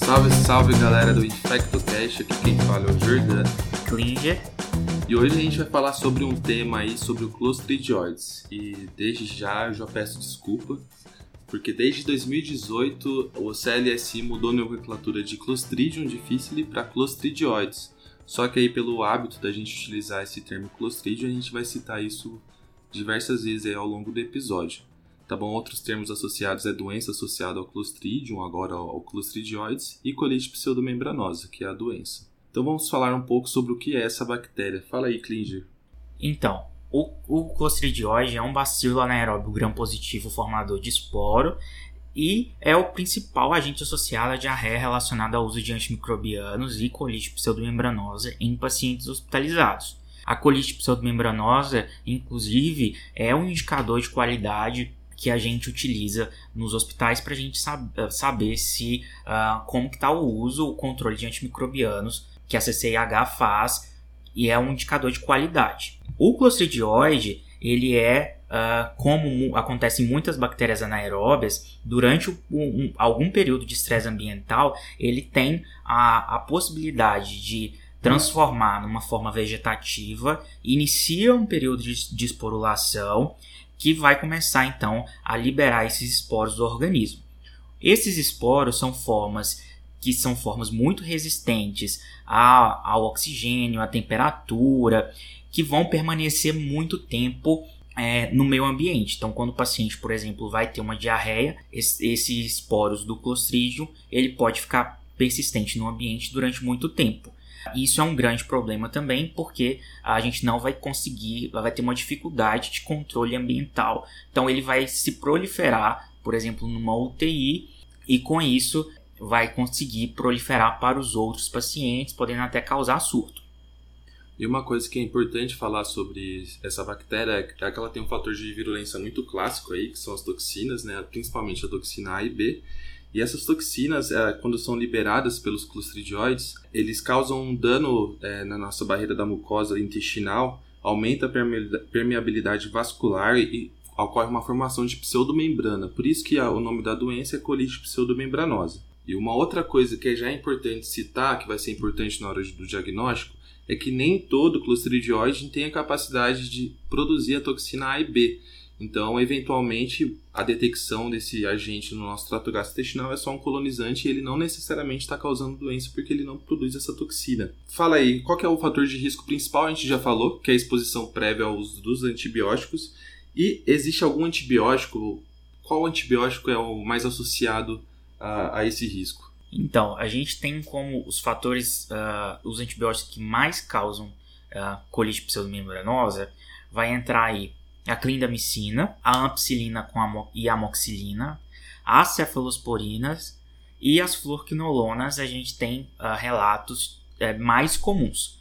Salve, salve galera do InfectoCast, aqui quem fala é o Jordan Klinger. E hoje a gente vai falar sobre um tema aí sobre o Clostridioides. E desde já eu já peço desculpa, porque desde 2018 o CLSI mudou a nomenclatura de Clostridium difficile para Clostridioides. Só que aí pelo hábito da gente utilizar esse termo Clostridium, a gente vai citar isso diversas vezes aí ao longo do episódio. Tá bom? Outros termos associados é doença associada ao Clostridium, agora ao Clostridioides, e colite pseudomembranosa, que é a doença. Então vamos falar um pouco sobre o que é essa bactéria. Fala aí, Klinger. Então, o Clostridioide é um bacilo anaeróbio gram-positivo formador de esporo e é o principal agente associado à diarreia relacionada ao uso de antimicrobianos e colite pseudomembranosa em pacientes hospitalizados. A colite pseudomembranosa, inclusive, é um indicador de qualidade que a gente utiliza nos hospitais para a gente saber se como que está o uso, o controle de antimicrobianos que a CCIH faz, e é um indicador de qualidade. O Clostridioide, ele como acontece em muitas bactérias anaeróbias, durante algum período de estresse ambiental, ele tem a possibilidade de transformar numa forma vegetativa, inicia um período de esporulação, que vai começar então a liberar esses esporos do organismo. Esses esporos são formas muito resistentes ao oxigênio, à temperatura, que vão permanecer muito tempo no meio ambiente. Então, quando o paciente, por exemplo, vai ter uma diarreia, esses esporos do Clostridium, ele pode ficar persistente no ambiente durante muito tempo. Isso é um grande problema também, porque a gente não vai vai ter uma dificuldade de controle ambiental. Então ele vai se proliferar, por exemplo, numa UTI, e com isso vai conseguir proliferar para os outros pacientes, podendo até causar surto. E uma coisa que é importante falar sobre essa bactéria é que ela tem um fator de virulência muito clássico aí, que são as toxinas, né? Principalmente a toxina A e B. E essas toxinas, quando são liberadas pelos clostridioides, eles causam um dano na nossa barreira da mucosa intestinal, aumenta a permeabilidade vascular e ocorre uma formação de pseudomembrana. Por isso que o nome da doença é colite pseudomembranosa. E uma outra coisa que já é importante citar, que vai ser importante na hora do diagnóstico, é que nem todo clostridioide tem a capacidade de produzir a toxina A e B. Então, eventualmente, a detecção desse agente no nosso trato gastrointestinal é só um colonizante e ele não necessariamente está causando doença porque ele não produz essa toxina. Fala aí, qual que é o fator de risco principal? A gente já falou, que é a exposição prévia ao uso dos antibióticos. E existe algum antibiótico? Qual antibiótico é o mais associado a esse risco? Então, a gente tem como os fatores, os antibióticos que mais causam colite pseudomembranosa, vai entrar aí a clindamicina, a ampicilina e a amoxicilina, as cefalosporinas e as fluoroquinolonas. A gente tem relatos mais comuns,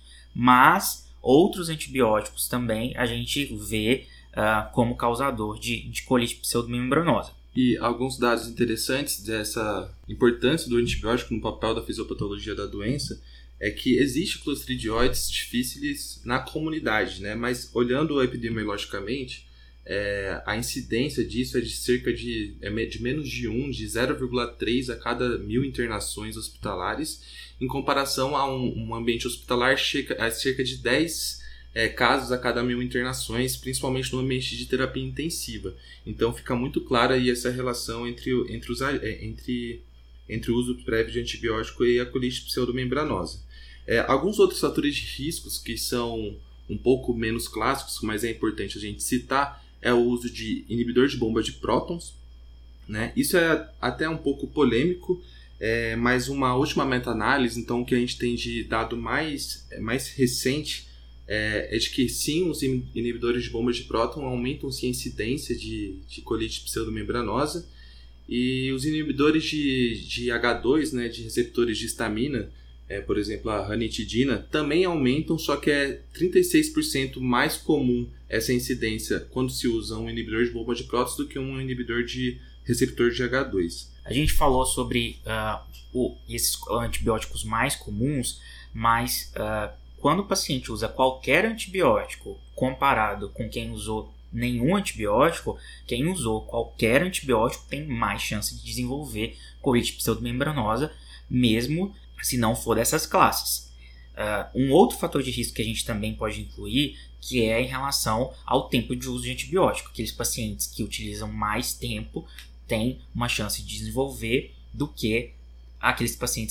mas outros antibióticos também a gente vê como causador de colite pseudomembranosa. E alguns dados interessantes dessa importância do antibiótico no papel da fisiopatologia da doença é que existe Clostridioides difficiles na comunidade, né? Mas olhando epidemiologicamente, a incidência disso é de cerca de menos de 1, de 0,3 a cada 1.000 internações hospitalares, em comparação a um ambiente hospitalar a cerca de 10 casos a cada 1.000 internações, principalmente no ambiente de terapia intensiva. Então fica muito clara aí essa relação entre o uso prévio de antibiótico e a colite pseudomembranosa. Alguns outros fatores de riscos que são um pouco menos clássicos, mas é importante a gente citar, é o uso de inibidor de bomba de prótons, né? Isso é até um pouco polêmico, mas uma última meta-análise, então, que a gente tem de dado mais recente é de que sim, os inibidores de bomba de próton aumentam-se a incidência de colite pseudomembranosa, e os inibidores de H2, né, de receptores de histamina, por exemplo, a ranitidina, também aumentam, só que é 36% mais comum essa incidência quando se usa um inibidor de bomba de prótons do que um inibidor de receptor de H2. A gente falou sobre esses antibióticos mais comuns, mas quando o paciente usa qualquer antibiótico comparado com quem usou nenhum antibiótico, quem usou qualquer antibiótico tem mais chance de desenvolver colite pseudomembranosa, mesmo se não for dessas classes. Um outro fator de risco que a gente também pode incluir, que é em relação ao tempo de uso de antibiótico. Aqueles pacientes que utilizam mais tempo têm uma chance de desenvolver do que aqueles pacientes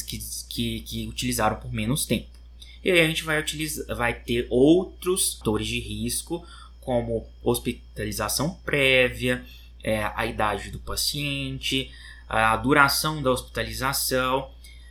que utilizaram por menos tempo. E aí a gente vai ter outros fatores de risco, como hospitalização prévia, a idade do paciente, a duração da hospitalização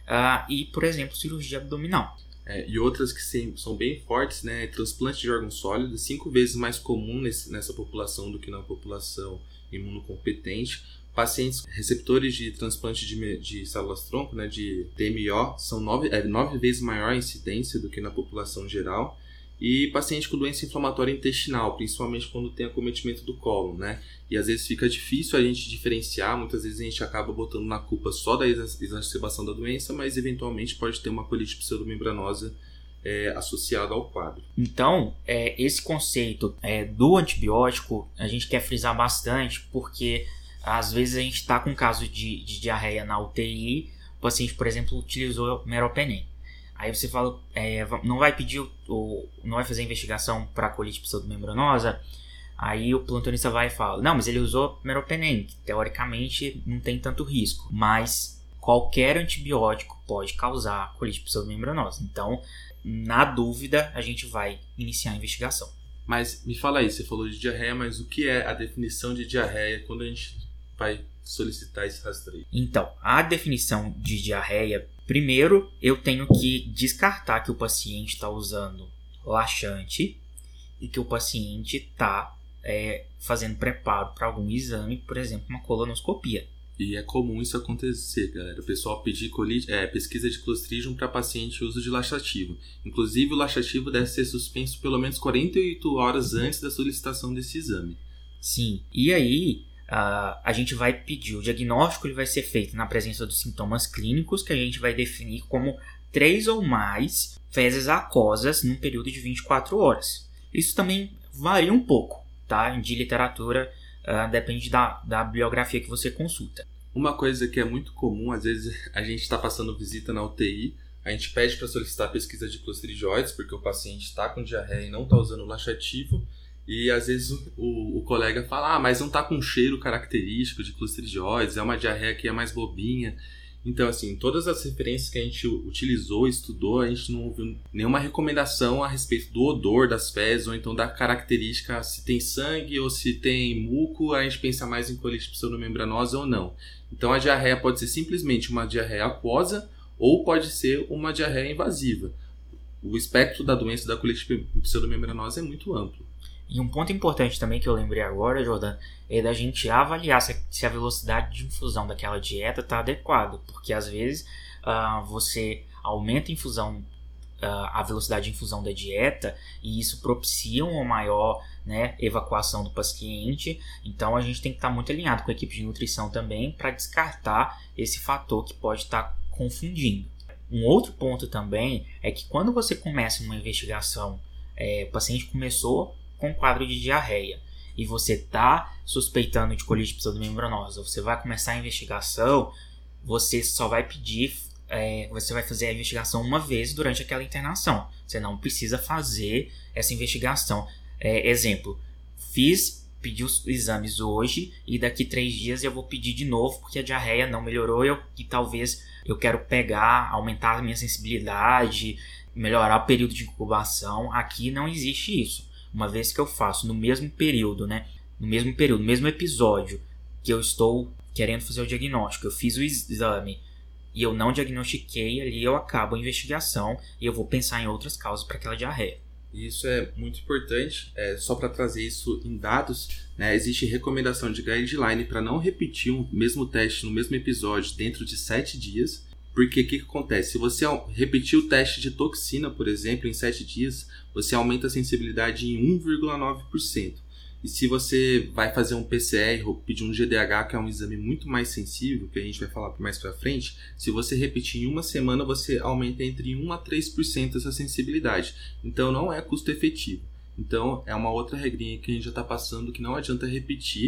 e, por exemplo, cirurgia abdominal. E outras que são bem fortes, né? Transplante de órgãos sólidos, 5 vezes mais comum nessa população do que na população imunocompetente. Pacientes receptores de transplante de células-tronco, né, de TMO, são 9 vezes maior a incidência do que na população geral. E paciente com doença inflamatória intestinal, principalmente quando tem acometimento do cólon, né? E às vezes fica difícil a gente diferenciar, muitas vezes a gente acaba botando na culpa só da exacerbação da doença, mas eventualmente pode ter uma colite pseudomembranosa associada ao quadro. Então, esse conceito do antibiótico, a gente quer frisar bastante, porque às vezes a gente está com um caso de diarreia na UTI, o paciente, por exemplo, utilizou meropenem. Aí você fala, não vai pedir, não vai fazer investigação para colite pseudomembranosa. Aí o plantonista vai e fala, não, mas ele usou meropenem, que teoricamente não tem tanto risco. Mas qualquer antibiótico pode causar colite pseudomembranosa. Então, na dúvida, a gente vai iniciar a investigação. Mas me fala aí, você falou de diarreia, mas o que é a definição de diarreia quando a gente vai solicitar esse rastreio? Então, a definição de diarreia, primeiro eu tenho que descartar que o paciente está usando laxante e que o paciente está fazendo preparo para algum exame, por exemplo, uma colonoscopia. E é comum isso acontecer, galera. O pessoal pedir pesquisa de Clostridium para paciente uso de laxativo. Inclusive, o laxativo deve ser suspenso pelo menos 48 horas antes da solicitação desse exame. Sim, e aí a gente vai pedir, o diagnóstico ele vai ser feito na presença dos sintomas clínicos, que a gente vai definir como 3 ou mais fezes aquosas num período de 24 horas. Isso também varia um pouco, tá? De literatura, depende da bibliografia que você consulta. Uma coisa que é muito comum, às vezes a gente está passando visita na UTI, a gente pede para solicitar pesquisa de clostridioides, porque o paciente está com diarreia e não está usando laxativo, e às vezes o colega fala, mas não está com cheiro característico de clostridioides, é uma diarreia que é mais bobinha. Então, assim, todas as referências que a gente utilizou, estudou, a gente não ouviu nenhuma recomendação a respeito do odor das fezes, ou então da característica, se tem sangue ou se tem muco, a gente pensa mais em colite pseudomembranosa ou não. Então, a diarreia pode ser simplesmente uma diarreia aquosa ou pode ser uma diarreia invasiva. O espectro da doença da colite pseudomembranosa é muito amplo. E um ponto importante também que eu lembrei agora, Jordan, é da gente avaliar se a velocidade de infusão daquela dieta está adequada, porque às vezes você aumenta a velocidade de infusão da dieta e isso propicia uma maior evacuação do paciente. Então a gente tem que estar muito alinhado com a equipe de nutrição também para descartar esse fator que pode estar confundindo. Um outro ponto também é que quando você começa uma investigação, o paciente começou com quadro de diarreia e você está suspeitando de colite pseudomembranosa, você vai começar a investigação, você só vai pedir, você vai fazer a investigação uma vez durante aquela internação, você não precisa fazer essa investigação. Exemplo, pedi os exames hoje e daqui 3 dias eu vou pedir de novo porque a diarreia não melhorou e talvez eu quero aumentar a minha sensibilidade, melhorar o período de incubação. Aqui não existe isso. Uma vez que eu faço no mesmo período, no mesmo episódio que eu estou querendo fazer o diagnóstico, eu fiz o exame e eu não diagnostiquei, ali eu acabo a investigação e eu vou pensar em outras causas para aquela diarreia. Isso é muito importante, só para trazer isso em dados, existe recomendação de guideline para não repetir o mesmo teste no mesmo episódio dentro de 7 dias, porque o que acontece? Se você repetir o teste de toxina, por exemplo, em 7 dias, você aumenta a sensibilidade em 1,9%. E se você vai fazer um PCR ou pedir um GDH, que é um exame muito mais sensível, que a gente vai falar mais para frente, se você repetir em uma semana, você aumenta entre 1 a 3% essa sensibilidade. Então não é custo efetivo. Então é uma outra regrinha que a gente já está passando, que não adianta repetir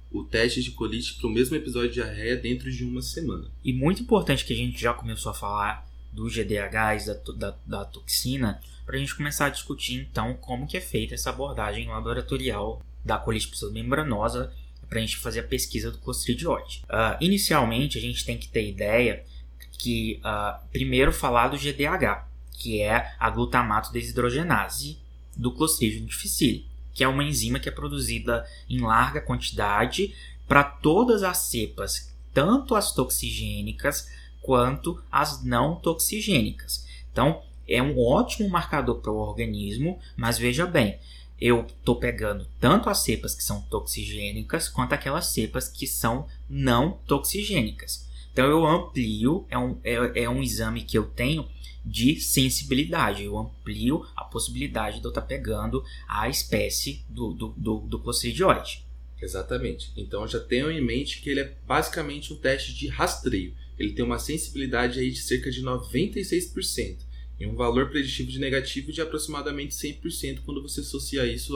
o teste de colite para o mesmo episódio de diarreia dentro de uma semana. E muito importante que a gente já começou a falar do GDHs, da toxina, para a gente começar a discutir então como que é feita essa abordagem laboratorial da colite pseudomembranosa para a gente fazer a pesquisa do Clostridioides. Inicialmente a gente tem que ter ideia que primeiro falar do GDH, que é a glutamato desidrogenase do Clostridium difficile, que é uma enzima que é produzida em larga quantidade para todas as cepas, tanto as toxigênicas quanto as não toxigênicas. Então, é um ótimo marcador para o organismo, mas veja bem, eu estou pegando tanto as cepas que são toxigênicas quanto aquelas cepas que são não toxigênicas. Então, eu amplio, é um exame que eu tenho de sensibilidade, eu amplio a possibilidade de eu estar pegando a espécie do Clostridioides. Exatamente. Então, já tenham em mente que ele é basicamente um teste de rastreio. Ele tem uma sensibilidade aí de cerca de 96% e um valor preditivo de negativo de aproximadamente 100% quando você associa isso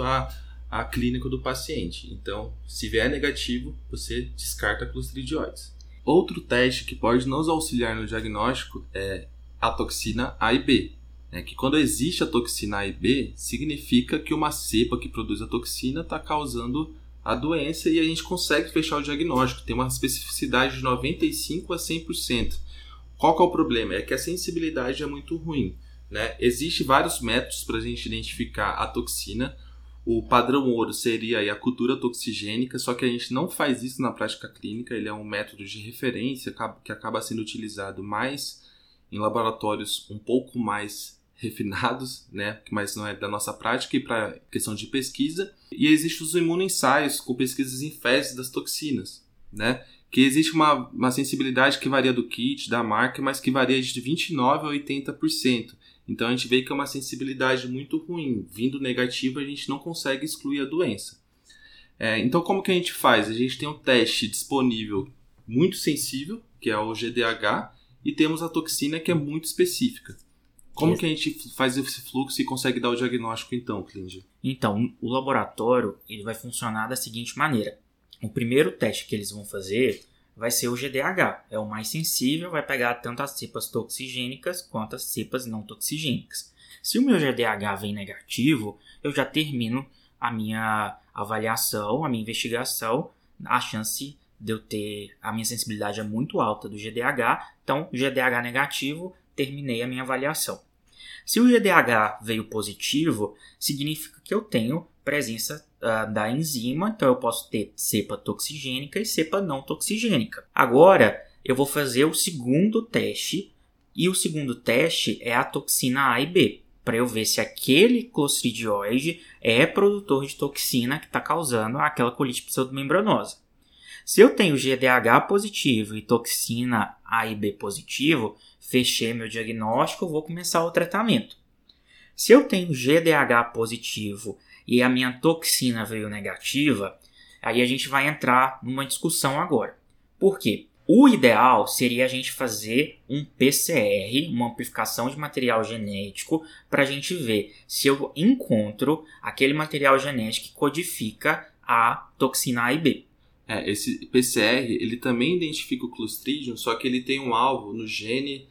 à clínica do paciente. Então, se vier negativo, você descarta a Clostridioides. Outro teste que pode nos auxiliar no diagnóstico é a toxina A e B. Que quando existe a toxina A e B, significa que uma cepa que produz a toxina está causando a doença e a gente consegue fechar o diagnóstico. Tem uma especificidade de 95% a 100%. Qual que é o problema? É que a sensibilidade é muito ruim. Existem vários métodos para a gente identificar a toxina. O padrão ouro seria aí a cultura toxigênica, só que a gente não faz isso na prática clínica. Ele é um método de referência que acaba sendo utilizado mais em laboratórios um pouco mais refinados, mas não é da nossa prática e para questão de pesquisa. E existem os imunoensaios com pesquisas em fezes das toxinas, que existe uma sensibilidade que varia do kit, da marca, mas que varia de 29% a 80%. Então a gente vê que é uma sensibilidade muito ruim. Vindo negativa, a gente não consegue excluir a doença. Então como que a gente faz? A gente tem um teste disponível muito sensível, que é o GDH, e temos a toxina que é muito específica. Como que a gente faz esse fluxo e consegue dar o diagnóstico então, Clíndio? Então, o laboratório ele vai funcionar da seguinte maneira. O primeiro teste que eles vão fazer vai ser o GDH. É o mais sensível, vai pegar tanto as cepas toxigênicas quanto as cepas não toxigênicas. Se o meu GDH vem negativo, eu já termino a minha avaliação, a minha investigação. A chance de eu ter a minha sensibilidade é muito alta do GDH. Então, GDH negativo, terminei a minha avaliação. Se o GDH veio positivo, significa que eu tenho presença da enzima, então eu posso ter cepa toxigênica e cepa não toxigênica. Agora, eu vou fazer o segundo teste, e o segundo teste é a toxina A e B, para eu ver se aquele Clostridioides é produtor de toxina que está causando aquela colite pseudomembranosa. Se eu tenho GDH positivo e toxina A e B positivo, fechei meu diagnóstico, vou começar o tratamento. Se eu tenho GDH positivo e a minha toxina veio negativa, aí a gente vai entrar numa discussão agora. Por quê? O ideal seria a gente fazer um PCR, uma amplificação de material genético, para a gente ver se eu encontro aquele material genético que codifica a toxina A e B. Esse PCR ele também identifica o Clostridium, só que ele tem um alvo no gene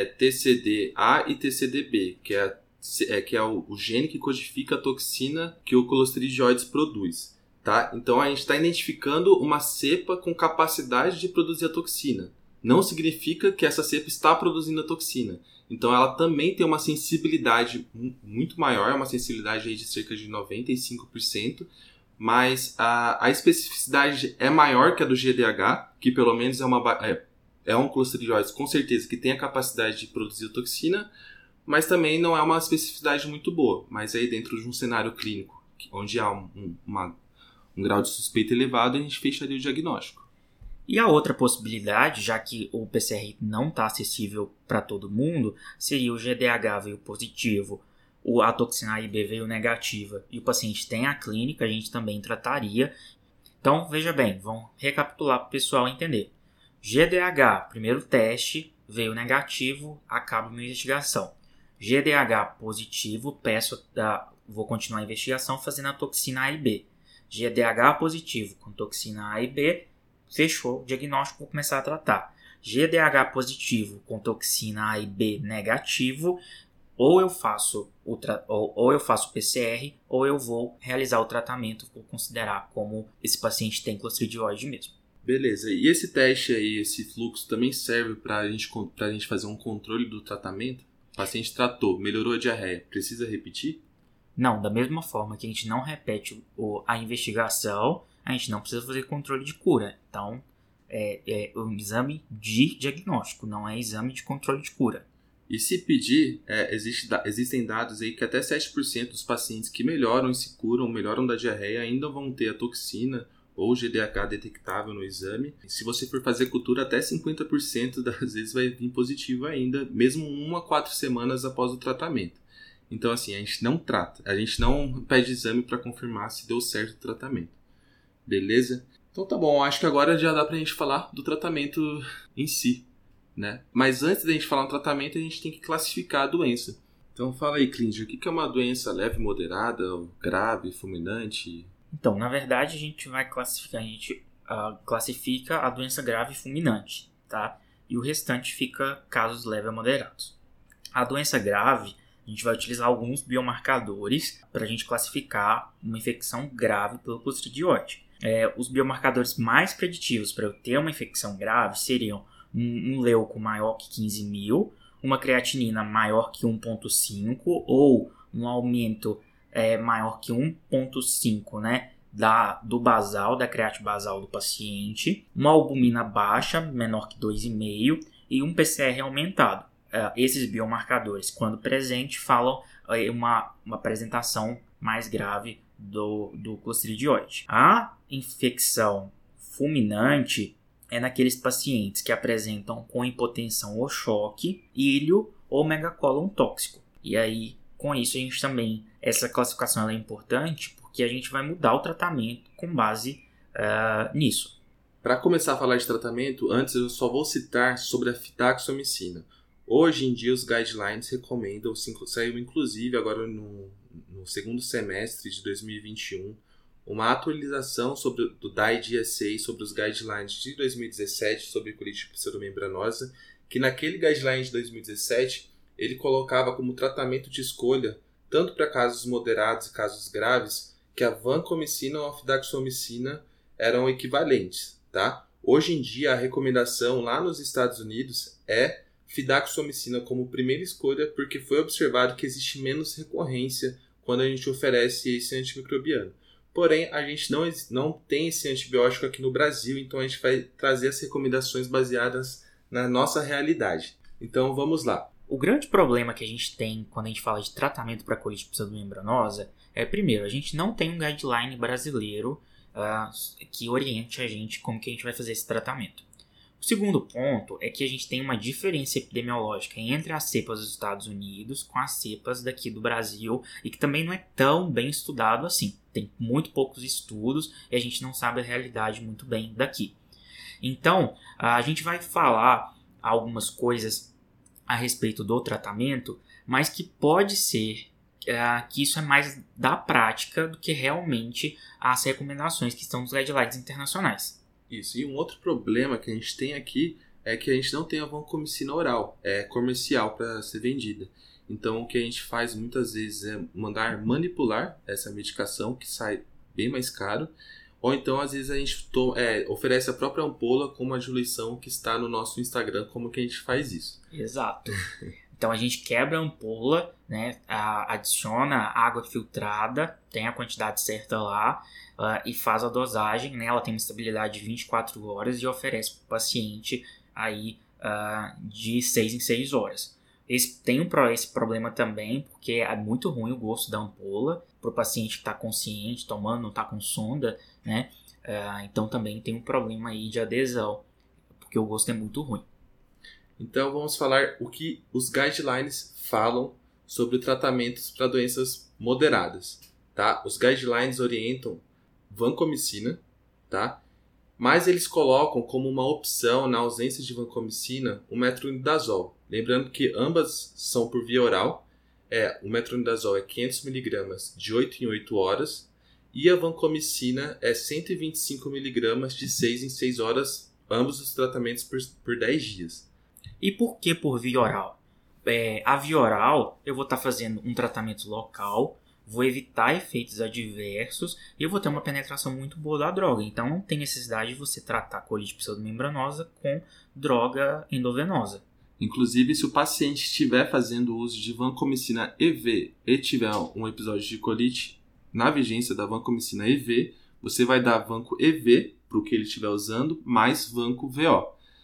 TCD-A e TCD-B, que é o gene que codifica a toxina que o Clostridioides produz. Tá? Então a gente está identificando uma cepa com capacidade de produzir a toxina. Não significa que essa cepa está produzindo a toxina. Então ela também tem uma sensibilidade muito maior, uma sensibilidade aí de cerca de 95%, mas a especificidade é maior que a do GDH, que pelo menos é um Clostridioides com certeza que tem a capacidade de produzir a toxina, mas também não é uma especificidade muito boa. Mas aí dentro de um cenário clínico, onde há um grau de suspeita elevado, a gente fecharia o diagnóstico. E a outra possibilidade, já que o PCR não está acessível para todo mundo, seria o GDH veio positivo, a toxina A e B veio negativa e o paciente tem a clínica, a gente também trataria. Então, veja bem, vamos recapitular para o pessoal entender. GDH, primeiro teste, veio negativo, acaba a minha investigação. GDH positivo, vou continuar a investigação fazendo a toxina A e B. GDH positivo com toxina A e B, fechou o diagnóstico, vou começar a tratar. GDH positivo com toxina A e B negativo, ou eu faço PCR, ou eu vou realizar o tratamento, vou considerar como esse paciente tem clostridiose mesmo. Beleza, e esse teste aí, esse fluxo também serve para a gente fazer um controle do tratamento? O paciente tratou, melhorou a diarreia, precisa repetir? Não, da mesma forma que a gente não repete a investigação, a gente não precisa fazer controle de cura. Então, é um exame de diagnóstico, não é exame de controle de cura. E se pedir, existem dados aí que até 7% dos pacientes que melhoram e se curam, melhoram da diarreia, ainda vão ter a toxina ou GDH detectável no exame. E se você for fazer cultura, até 50% das vezes vai vir positivo ainda, mesmo 1 a 4 semanas após o tratamento. Então, assim, a gente não trata, a gente não pede exame para confirmar se deu certo o tratamento. Beleza? Então tá bom, acho que agora já dá pra gente falar do tratamento em si, né? Mas antes da gente falar no tratamento, a gente tem que classificar a doença. Então fala aí, Clíndia, o que é uma doença leve, moderada, grave, fulminante? Então, na verdade, a gente classifica a doença grave e fulminante, tá? E o restante fica casos leves a moderados. A doença grave, a gente vai utilizar alguns biomarcadores para a gente classificar uma infecção grave pelo Clostridiode. Os biomarcadores mais preditivos para eu ter uma infecção grave seriam um leuco maior que 15.000, uma creatinina maior que 1,5 ou um aumento maior que 1,5, né, do basal, da creatibasal do paciente, uma albumina baixa, menor que 2,5 e um PCR aumentado. Esses biomarcadores, quando presentes, falam uma apresentação mais grave do Clostridiode. A infecção fulminante é naqueles pacientes que apresentam com hipotensão ou choque, íleo ou megacólon tóxico. E aí, com isso, essa classificação é importante porque a gente vai mudar o tratamento com base nisso. Para começar a falar de tratamento, antes eu só vou citar sobre a fidaxomicina. Hoje em dia os guidelines recomendam, saiu inclusive agora no segundo semestre de 2021, uma atualização do DIE-DSA sobre os guidelines de 2017 sobre colite pseudomembranosa, que naquele guideline de 2017 ele colocava como tratamento de escolha, tanto para casos moderados e casos graves, que a vancomicina ou a fidaxomicina eram equivalentes, tá? Hoje em dia a recomendação lá nos Estados Unidos é fidaxomicina como primeira escolha, porque foi observado que existe menos recorrência quando a gente oferece esse antimicrobiano. Porém, a gente não tem esse antibiótico aqui no Brasil, então a gente vai trazer as recomendações baseadas na nossa realidade. Então vamos lá. O grande problema que a gente tem quando a gente fala de tratamento para colite pseudomembranosa primeiro, a gente não tem um guideline brasileiro que oriente a gente como que a gente vai fazer esse tratamento. O segundo ponto é que a gente tem uma diferença epidemiológica entre as cepas dos Estados Unidos com as cepas daqui do Brasil e que também não é tão bem estudado assim. Tem muito poucos estudos e a gente não sabe a realidade muito bem daqui. Então, a gente vai falar algumas coisas a respeito do tratamento, mas que pode ser que isso é mais da prática do que realmente as recomendações que estão nos guidelines internacionais. Isso, e um outro problema que a gente tem aqui é que a gente não tem a vancomicina oral, é comercial para ser vendida. Então o que a gente faz muitas vezes é mandar manipular essa medicação, que sai bem mais caro, ou então às vezes a gente oferece a própria ampola com uma diluição que está no nosso Instagram, como que a gente faz isso. Exato. Então a gente quebra a ampola, né, adiciona água filtrada, tem a quantidade certa lá, e faz a dosagem, né, ela tem uma estabilidade de 24 horas e oferece para o paciente aí, de 6 em 6 horas. Tem esse problema também, porque é muito ruim o gosto da ampola para o paciente que está consciente, tomando, não está com sonda, né? Então também tem um problema aí de adesão, porque o gosto é muito ruim. Então vamos falar o que os guidelines falam sobre tratamentos para doenças moderadas, tá? Os guidelines orientam vancomicina, tá? Mas eles colocam como uma opção, na ausência de vancomicina, o metronidazol. Lembrando que ambas são por via oral. O metronidazol é 500 mg de 8 em 8 horas E a vancomicina é 125 mg de 6 em 6 horas, ambos os tratamentos por 10 dias. E por que por via oral? A via oral, eu vou estar fazendo um tratamento local, vou evitar efeitos adversos e eu vou ter uma penetração muito boa da droga. Então não tem necessidade de você tratar colite pseudomembranosa com droga endovenosa. Inclusive, se o paciente estiver fazendo uso de vancomicina EV e tiver um episódio de colite na vigência da vancomicina EV, você vai dar vanco EV para o que ele estiver usando, mais vanco VO.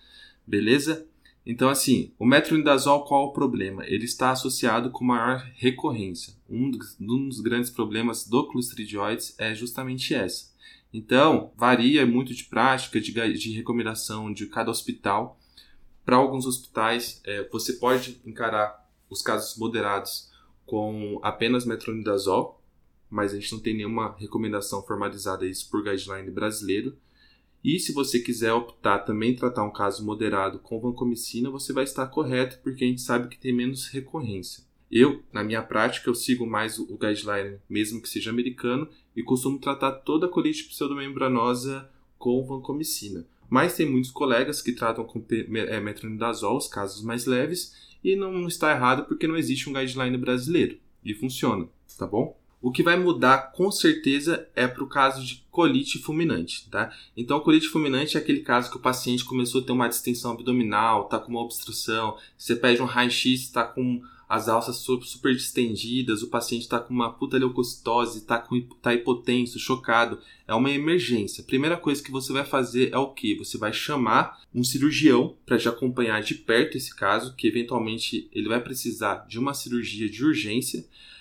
Beleza? Então, assim, o metronidazol, qual é o problema? Ele está associado com maior recorrência. Um dos grandes problemas do clostridioides é justamente essa. Então, varia muito de prática, de recomendação de cada hospital. Para alguns hospitais, você pode encarar os casos moderados com apenas metronidazol, mas a gente não tem nenhuma recomendação formalizada isso por guideline brasileiro. E se você quiser optar também tratar um caso moderado com vancomicina, você vai estar correto, porque a gente sabe que tem menos recorrência. Eu, na minha prática, eu sigo mais o guideline, mesmo que seja americano, e costumo tratar toda a colite pseudomembranosa com vancomicina. Mas tem muitos colegas que tratam com metronidazol, os casos mais leves, e não está errado porque não existe um guideline brasileiro. E funciona, tá bom? O que vai mudar com certeza é para o caso de colite fulminante, tá? Então, colite fulminante é aquele caso que o paciente começou a ter uma distensão abdominal, tá com uma obstrução, você pede um raio-x, está com as alças super distendidas, o paciente está com uma puta leucocitose, tá hipotenso, chocado, é uma emergência. A primeira coisa que você vai fazer é o quê? Você vai chamar um cirurgião para te acompanhar de perto esse caso, que eventualmente ele vai precisar de uma cirurgia de urgência.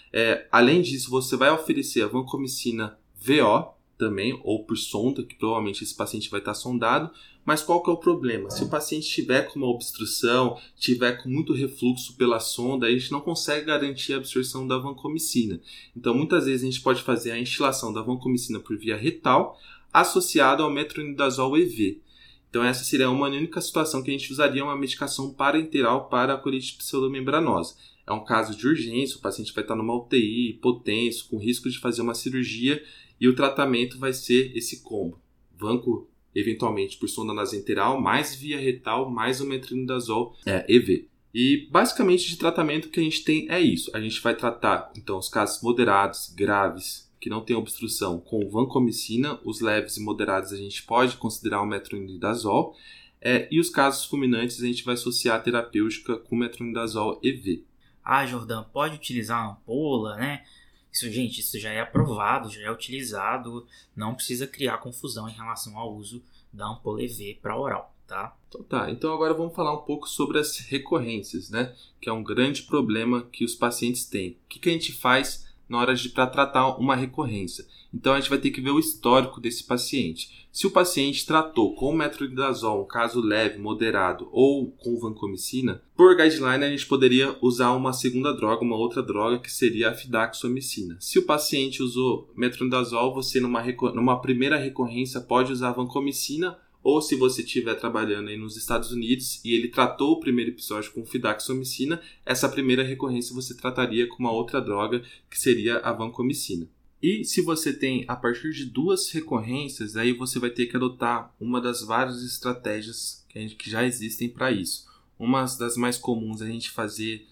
Além disso, você vai oferecer a vancomicina VO também, ou por sonda, que provavelmente esse paciente vai estar sondado. Mas qual que é o problema? Se o paciente tiver com uma obstrução, tiver com muito refluxo pela sonda, a gente não consegue garantir a absorção da vancomicina. Então, muitas vezes a gente pode fazer a instilação da vancomicina por via retal, associada ao metronidazol EV. Então, essa seria uma única situação que a gente usaria uma medicação parenteral para a colite pseudomembranosa. É um caso de urgência, o paciente vai estar numa UTI, hipotenso, com risco de fazer uma cirurgia, e o tratamento vai ser esse combo. Vanco, eventualmente, por sonda nasoenteral, mais via retal, mais o metronidazol EV. E, basicamente, de tratamento que a gente tem é isso. A gente vai tratar, então, os casos moderados, graves, que não tem obstrução, com vancomicina. Os leves e moderados a gente pode considerar o metronidazol. E os casos fulminantes a gente vai associar a terapêutica com metronidazol EV. Jordan, pode utilizar uma ampola, né? Isso já é aprovado, já é utilizado. Não precisa criar confusão em relação ao uso da ampola EV para oral, tá? Então agora vamos falar um pouco sobre as recorrências, né? Que é um grande problema que os pacientes têm. O que a gente faz na hora para tratar uma recorrência? Então a gente vai ter que ver o histórico desse paciente. Se o paciente tratou com metronidazol, um caso leve, moderado ou com vancomicina, por guideline a gente poderia usar uma segunda droga, uma outra droga que seria a fidaxomicina. Se o paciente usou metronidazol, você numa primeira recorrência pode usar vancomicina, ou se você estiver trabalhando aí nos Estados Unidos e ele tratou o primeiro episódio com fidaxomicina, essa primeira recorrência você trataria com uma outra droga que seria a vancomicina. E se você tem, a partir de 2 recorrências, aí você vai ter que adotar uma das várias estratégias que já existem para isso. Uma das mais comuns é a gente fazer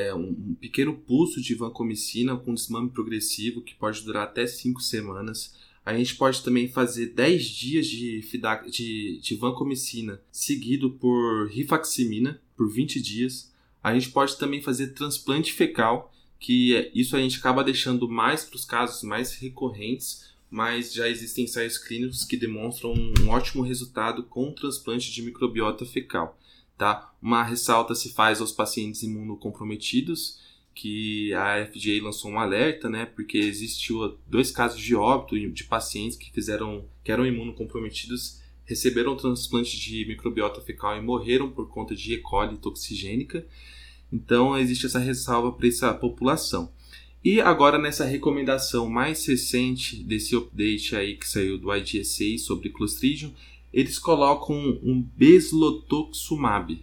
um pequeno pulso de vancomicina com desmame progressivo, que pode durar até 5 semanas. A gente pode também fazer 10 dias de vancomicina, seguido por rifaximina, por 20 dias. A gente pode também fazer transplante fecal, que isso a gente acaba deixando mais para os casos mais recorrentes, mas já existem ensaios clínicos que demonstram um ótimo resultado com o transplante de microbiota fecal. Tá? Uma ressalta se faz aos pacientes imunocomprometidos, que a FDA lançou um alerta, né, porque existiu 2 casos de óbito de pacientes que eram imunocomprometidos, receberam transplante de microbiota fecal e morreram por conta de E. coli toxigênica. Então, existe essa ressalva para essa população. E agora, nessa recomendação mais recente desse update aí que saiu do IDSA sobre Clostridium, eles colocam um Beslotoxumab.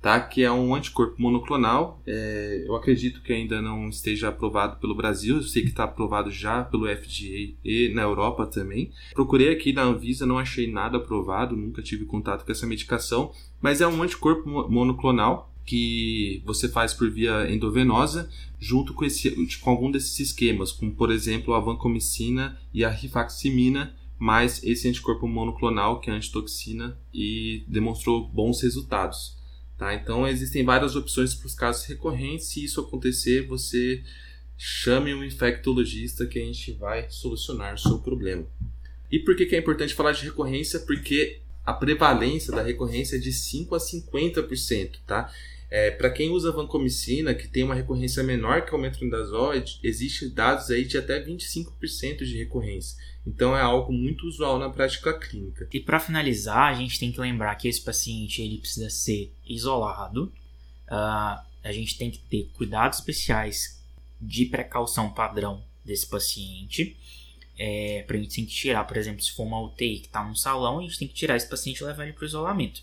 tá? Que é um anticorpo monoclonal. Eu acredito que ainda não esteja aprovado pelo Brasil, eu sei que está aprovado já pelo FDA e na Europa também. Procurei aqui na Anvisa, não achei nada aprovado, nunca tive contato com essa medicação, mas é um anticorpo monoclonal que você faz por via endovenosa, junto com algum desses esquemas, como por exemplo a vancomicina e a rifaximina, mais esse anticorpo monoclonal que é antitoxina e demonstrou bons resultados. Tá? Então existem várias opções para os casos recorrentes. Se isso acontecer, você chame um infectologista que a gente vai solucionar o seu problema. E por que é importante falar de recorrência? Porque a prevalência da recorrência é de 5 a 50%. Tá? Para quem usa vancomicina, que tem uma recorrência menor que o metronidazol, existe dados aí de até 25% de recorrência. Então é algo muito usual na prática clínica. E para finalizar, a gente tem que lembrar que esse paciente ele precisa ser isolado. A gente tem que ter cuidados especiais de precaução padrão desse paciente. A gente tem que tirar, por exemplo, se for uma UTI que está num salão, a gente tem que tirar esse paciente e levar ele para o isolamento.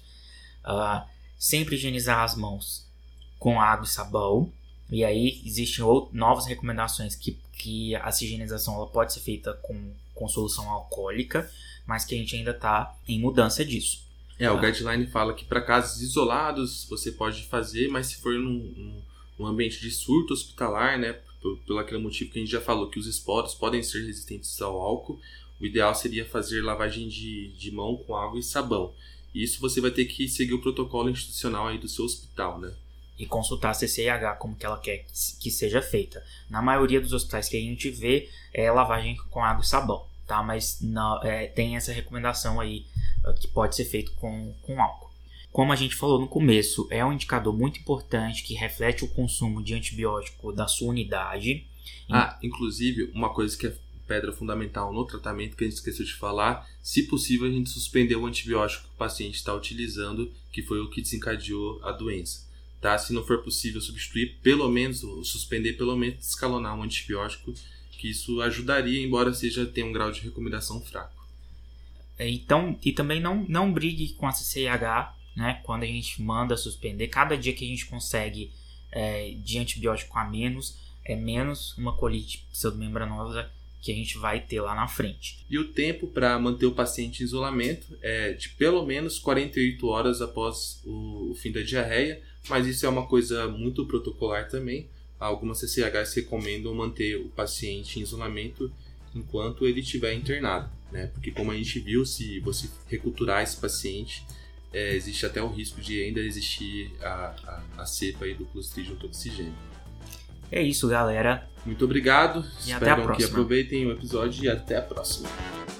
Sempre higienizar as mãos com água e sabão. E aí existem novas recomendações que essa higienização ela pode ser feita com solução alcoólica, mas que a gente ainda está em mudança disso. O guideline fala que para casos isolados você pode fazer, mas se for num ambiente de surto hospitalar, né, pelo aquele motivo que a gente já falou, que os esporos podem ser resistentes ao álcool, o ideal seria fazer lavagem de mão com água e sabão. Isso você vai ter que seguir o protocolo institucional aí do seu hospital, né? E consultar a CCIH como que ela quer que seja feita. Na maioria dos hospitais que a gente vê é lavagem com água e sabão, tá? Mas tem essa recomendação aí que pode ser feito com álcool. Como a gente falou no começo, é um indicador muito importante que reflete o consumo de antibiótico da sua unidade. Inclusive, uma coisa que é pedra fundamental no tratamento que a gente esqueceu de falar, se possível a gente suspender o antibiótico que o paciente está utilizando, que foi o que desencadeou a doença. Tá? Se não for possível substituir, suspender, pelo menos escalonar um antibiótico, que isso ajudaria, embora tenha um grau de recomendação fraco. Então, e também não brigue com a CCIH, né? Quando a gente manda suspender, cada dia que a gente consegue de antibiótico a menos, é menos uma colite pseudomembranosa que a gente vai ter lá na frente. E o tempo para manter o paciente em isolamento é de pelo menos 48 horas após o fim da diarreia, mas isso é uma coisa muito protocolar também. Algumas CCHs recomendam manter o paciente em isolamento enquanto ele estiver internado, né? Porque como a gente viu, se você reculturar esse paciente, existe até o risco de ainda existir a cepa aí do Clostridium toxigênio. É isso, galera. Muito obrigado. E até a próxima. Que aproveitem o episódio e até a próxima.